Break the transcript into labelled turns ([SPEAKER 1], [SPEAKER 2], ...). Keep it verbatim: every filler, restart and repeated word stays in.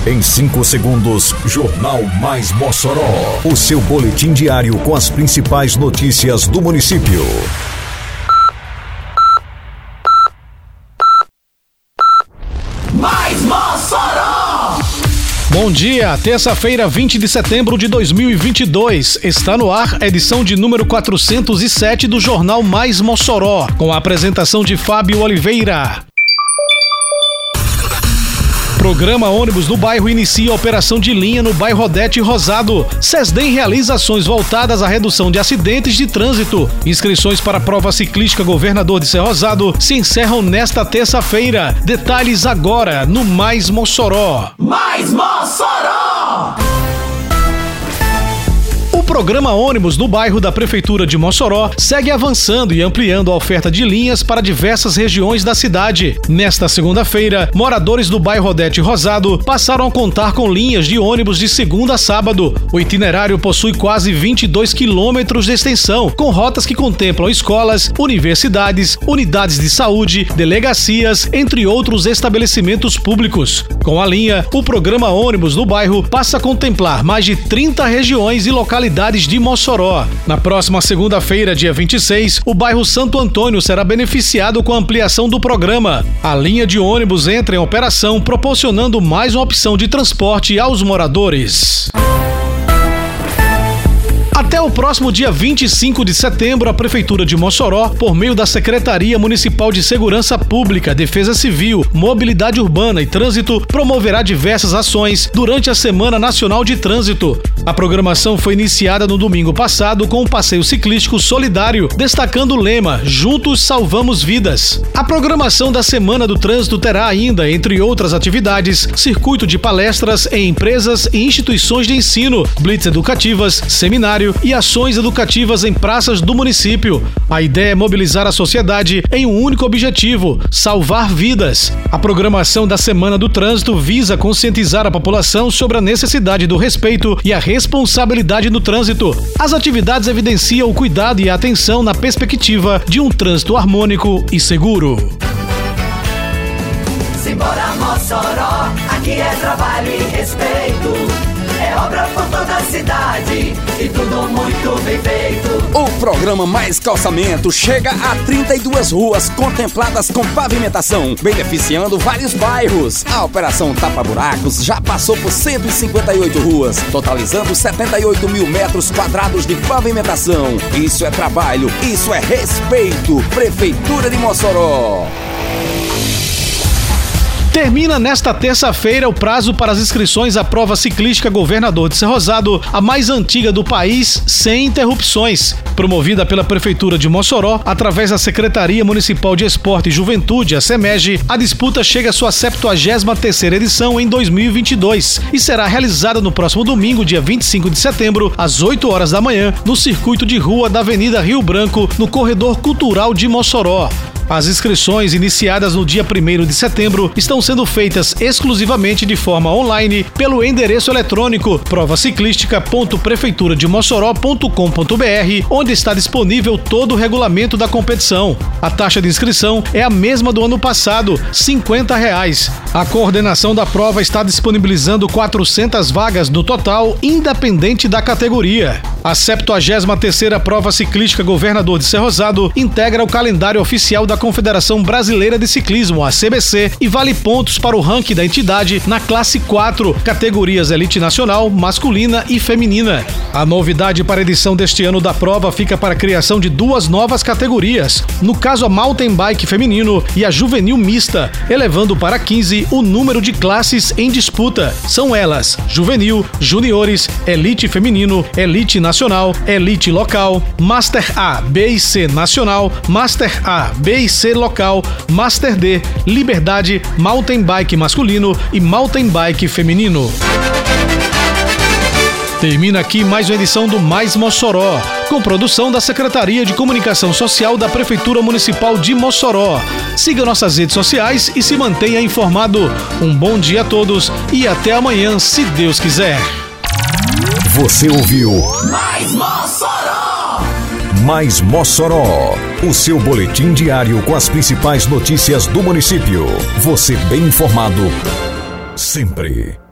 [SPEAKER 1] Em cinco segundos, Jornal Mais Mossoró. O seu boletim diário com as principais notícias do município.
[SPEAKER 2] Mais Mossoró!
[SPEAKER 3] Bom dia, terça-feira, vinte de setembro de dois mil e vinte e dois. Está no ar a edição de número quatrocentos e sete do Jornal Mais Mossoró, com a apresentação de Fábio Oliveira. Programa ônibus do bairro inicia a operação de linha no bairro Odete Rosado. Sesdem realiza ações voltadas à redução de acidentes de trânsito. Inscrições para a prova ciclística Governador de Cerrosado se encerram nesta terça-feira. Detalhes agora no Mais Mossoró.
[SPEAKER 2] Mais Mossoró!
[SPEAKER 3] O programa ônibus do bairro da Prefeitura de Mossoró segue avançando e ampliando a oferta de linhas para diversas regiões da cidade. Nesta segunda-feira, moradores do bairro Odete Rosado passaram a contar com linhas de ônibus de segunda a sábado. O itinerário possui quase vinte e dois quilômetros de extensão, com rotas que contemplam escolas, universidades, unidades de saúde, delegacias, entre outros estabelecimentos públicos. Com a linha, o programa ônibus do bairro passa a contemplar mais de trinta regiões e localidades de Mossoró. Na próxima segunda-feira, dia vinte e seis, o bairro Santo Antônio será beneficiado com a ampliação do programa. A linha de ônibus entra em operação, proporcionando mais uma opção de transporte aos moradores. Até o próximo dia vinte e cinco de setembro, a Prefeitura de Mossoró, por meio da Secretaria Municipal de Segurança Pública, Defesa Civil, Mobilidade Urbana e Trânsito, promoverá diversas ações durante a Semana Nacional de Trânsito. A programação foi iniciada no domingo passado com um passeio ciclístico solidário, destacando o lema Juntos Salvamos Vidas. A programação da Semana do Trânsito terá ainda, entre outras atividades, circuito de palestras em empresas e instituições de ensino, blitz educativas, seminário e ações educativas em praças do município. A ideia é mobilizar a sociedade em um único objetivo: salvar vidas. A programação da Semana do Trânsito visa conscientizar a população sobre a necessidade do respeito e a responsabilidade no trânsito. As atividades evidenciam o cuidado e a atenção na perspectiva de um trânsito harmônico e seguro.
[SPEAKER 2] Simbora Mossoró, aqui é trabalho e respeito. É obra por toda a cidade e tudo muito bem feito.
[SPEAKER 4] O programa Mais Calçamento chega a trinta e duas ruas contempladas com pavimentação, beneficiando vários bairros. A Operação Tapa Buracos já passou por cento e cinquenta e oito ruas, totalizando setenta e oito mil metros quadrados de pavimentação. Isso é trabalho, isso é respeito. Prefeitura de Mossoró.
[SPEAKER 3] Termina nesta terça-feira o prazo para as inscrições à prova ciclística Governador de Cerrosado, a mais antiga do país, sem interrupções. Promovida pela Prefeitura de Mossoró, através da Secretaria Municipal de Esporte e Juventude, a SEMEG, a disputa chega à sua septuagésima terceira edição em dois mil e vinte e dois e será realizada no próximo domingo, dia vinte e cinco de setembro, às oito horas da manhã, no circuito de rua da Avenida Rio Branco, no Corredor Cultural de Mossoró. As inscrições, iniciadas no dia primeiro de setembro, estão sendo feitas exclusivamente de forma online pelo endereço eletrônico prova ciclística ponto prefeitura de mossoró ponto com ponto br, onde está disponível todo o regulamento da competição. A taxa de inscrição é a mesma do ano passado, cinquenta reais. A coordenação da prova está disponibilizando quatrocentas vagas no total, independente da categoria. A septuagésima terceira prova ciclística Governador de Cerrosado integra o calendário oficial da Confederação Brasileira de Ciclismo, a C B C, e vale pontos para o ranking da entidade na classe quatro, categorias Elite Nacional, Masculina e Feminina. A novidade para a edição deste ano da prova fica para a criação de duas novas categorias, no caso a Mountain Bike Feminino e a Juvenil Mista, elevando para quinze o número de classes em disputa. São elas: Juvenil, Juniores, Elite Feminino, Elite Nacional, Elite Local, Master A, B e C Nacional, Master A, B e C Local, Master D, Liberdade, Mountain Bike Masculino e Mountain Bike Feminino. Termina aqui mais uma edição do Mais Mossoró, com produção da Secretaria de Comunicação Social da Prefeitura Municipal de Mossoró. Siga nossas redes sociais e se mantenha informado. Um bom dia a todos e até amanhã, se Deus quiser.
[SPEAKER 1] Você ouviu
[SPEAKER 2] Mais Mossoró!
[SPEAKER 1] Mais Mossoró, o seu boletim diário com as principais notícias do município. Você bem informado sempre.